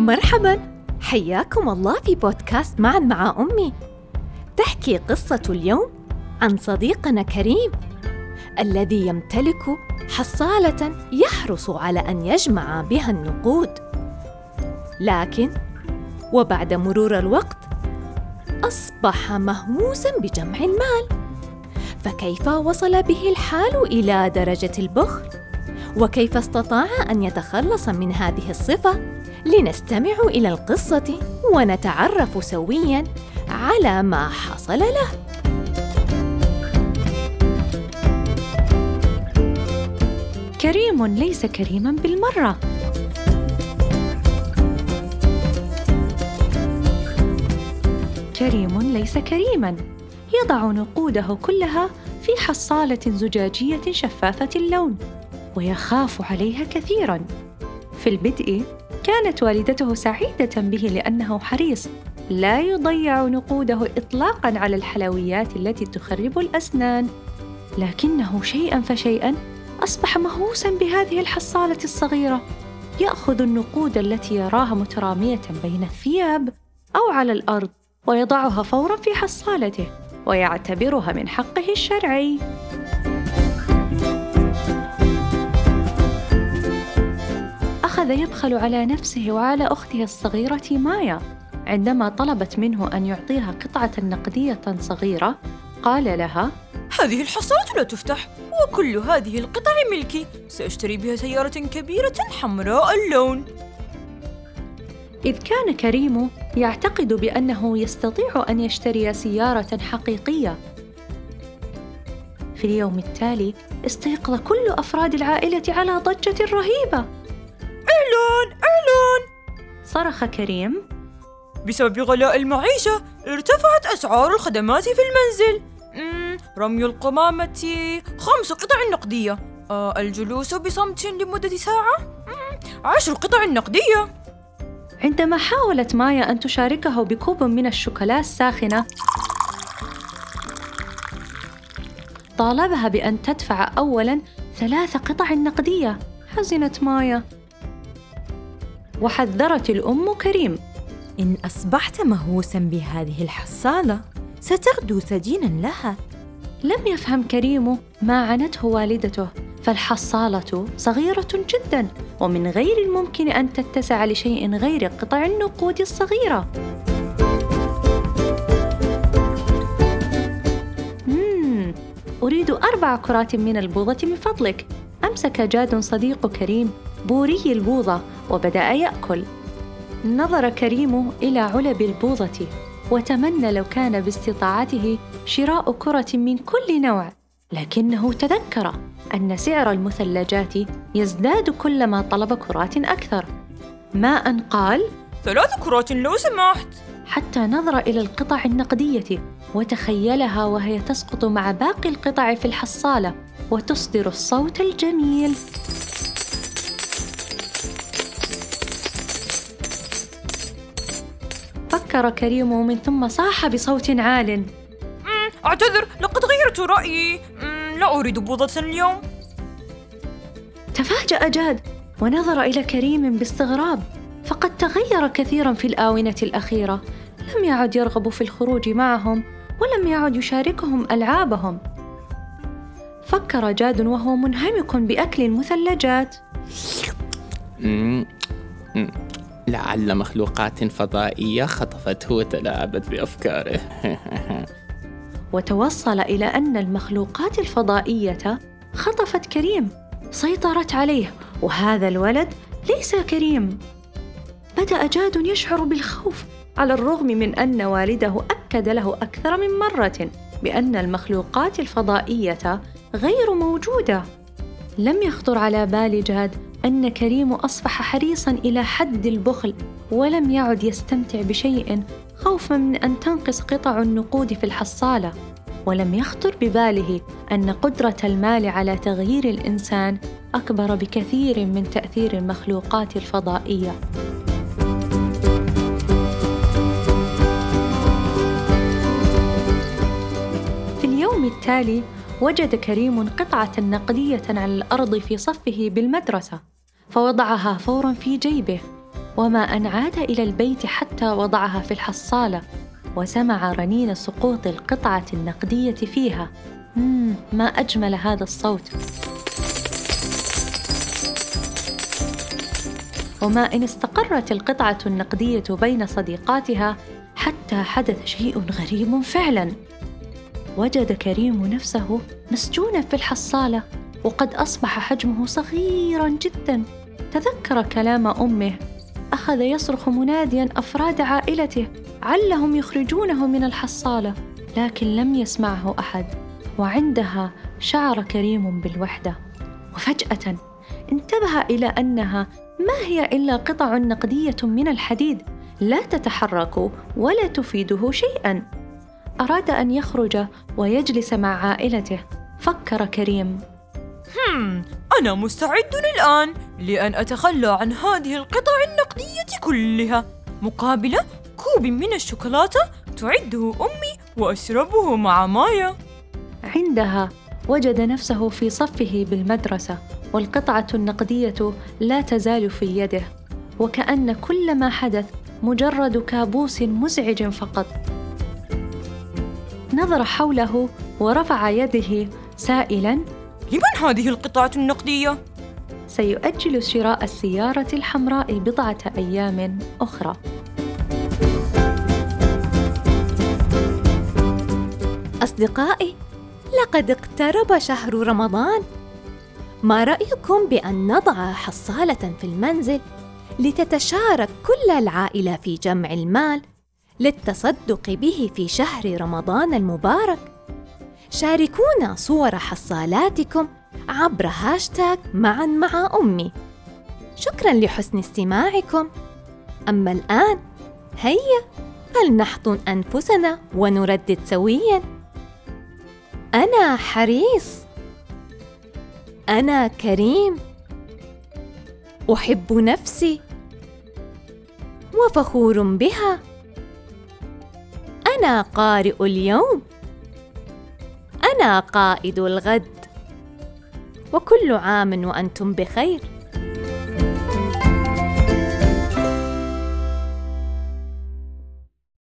مرحباً، حياكم الله في بودكاست معاً مع أمي. تحكي قصة اليوم عن صديقنا كريم الذي يمتلك حصالة يحرص على أن يجمع بها النقود، لكن وبعد مرور الوقت أصبح مهووساً بجمع المال. فكيف وصل به الحال إلى درجة البخل؟ وكيف استطاع أن يتخلص من هذه الصفة؟ لنستمع إلى القصة ونتعرف سوياً على ما حصل له. كريم ليس كريماً بالمرة. كريم ليس كريماً، يضع نقوده كلها في حصالة زجاجية شفافة اللون ويخاف عليها كثيراً. في البدء كانت والدته سعيدة به لأنه حريص لا يضيع نقوده إطلاقاً على الحلويات التي تخرب الأسنان، لكنه شيئاً فشيئاً أصبح مهووساً بهذه الحصالة الصغيرة. يأخذ النقود التي يراها مترامية بين الثياب أو على الأرض ويضعها فوراً في حصالته ويعتبرها من حقه الشرعي. أخذ يبخل على نفسه وعلى أخته الصغيرة مايا. عندما طلبت منه أن يعطيها قطعة نقدية صغيرة قال لها: هذه الحصالة لا تفتح، وكل هذه القطع ملكي، سأشتري بها سيارة كبيرة حمراء اللون. إذ كان كريم يعتقد بأنه يستطيع أن يشتري سيارة حقيقية. في اليوم التالي استيقظ كل أفراد العائلة على ضجة رهيبة. إعلان! صرخ كريم: بسبب غلاء المعيشة ارتفعت أسعار الخدمات في المنزل. رمي القمامة 5 قطع نقدية، الجلوس بصمت لمدة ساعة 10 قطع نقدية. عندما حاولت مايا أن تشاركه بكوب من الشوكولا الساخنة طالبها بأن تدفع أولاً 3 قطع نقدية. حزنت مايا وحذرت الأم كريم: إن أصبحت مهووساً بهذه الحصالة ستغدو سجيناً لها. لم يفهم كريم ما عنته والدته، فالحصالة صغيرة جداً ومن غير الممكن أن تتسع لشيء غير قطع النقود الصغيرة. أريد 4 كرات من البوظة من فضلك. أمسك جاد صديق كريم بوري البوظة وبدأ يأكل. نظر كريم إلى علب البوظة وتمنى لو كان باستطاعته شراء كرة من كل نوع، لكنه تذكر أن سعر المثلجات يزداد كلما طلب كرات أكثر. ما أن قال: 3 كرات لو سمحت. حتى نظر إلى القطع النقدية وتخيلها وهي تسقط مع باقي القطع في الحصالة وتصدر الصوت الجميل. فكر كريم من ثم صاح بصوت عال: أعتذر، لقد غيرت رأيي، لا أريد بوظة اليوم. تفاجأ جاد ونظر إلى كريم باستغراب، فقد تغير كثيراً في الآونة الأخيرة. لم يعد يرغب في الخروج معهم ولم يعد يشاركهم ألعابهم. فكر جاد وهو منهمك بأكل المثلجات: لعل مخلوقات فضائية خطفته وتلاعبت بأفكاره. وتوصل إلى أن المخلوقات الفضائية خطفت كريم، سيطرت عليه، وهذا الولد ليس كريم. بدأ جاد يشعر بالخوف على الرغم من أن والده أكد له أكثر من مرة بأن المخلوقات الفضائية غير موجودة. لم يخطر على بال جاد أن كريم أصبح حريصاً إلى حد البخل ولم يعد يستمتع بشيء خوفاً من أن تنقص قطع النقود في الحصالة. ولم يخطر بباله أن قدرة المال على تغيير الإنسان أكبر بكثير من تأثير المخلوقات الفضائية. في اليوم التالي وجد كريم قطعة نقدية على الأرض في صفه بالمدرسة، فوضعها فوراً في جيبه وما أن عاد إلى البيت حتى وضعها في الحصالة وسمع رنين سقوط القطعة النقدية فيها. ما أجمل هذا الصوت. وما إن استقرت القطعة النقدية بين صديقاتها حتى حدث شيء غريب فعلاً. وجد كريم نفسه مسجوناً في الحصالة وقد أصبح حجمه صغيراً جداً. تذكر كلام أمه، أخذ يصرخ منادياً أفراد عائلته علهم يخرجونه من الحصالة، لكن لم يسمعه أحد. وعندها شعر كريم بالوحدة، وفجأة انتبه إلى أنها ما هي إلا قطع نقدية من الحديد لا تتحرك ولا تفيده شيئاً. أراد أن يخرج ويجلس مع عائلته. فكر كريم: أنا مستعد الآن لأن أتخلى عن هذه القطع النقدية كلها مقابل كوب من الشوكولاتة تعده أمي وأشربه مع مايا. عندها وجد نفسه في صفه بالمدرسة والقطعة النقدية لا تزال في يده، وكأن كل ما حدث مجرد كابوس مزعج فقط. نظر حوله ورفع يده سائلاً: لمن هذه القطعة النقدية؟ سيؤجل شراء السيارة الحمراء بضعة أيام أخرى. أصدقائي، لقد اقترب شهر رمضان. ما رأيكم بأن نضع حصالة في المنزل لتتشارك كل العائلة في جمع المال للتصدق به في شهر رمضان المبارك؟ شاركونا صور حصالاتكم عبر هاشتاغ معا مع أمي. شكراً لحسن استماعكم. أما الآن هيا فلنحضن أنفسنا ونردد سوياً: أنا حريص، أنا كريم، أحب نفسي وفخور بها، أنا قارئ اليوم، أنا قائد الغد، وكل عام وأنتم بخير.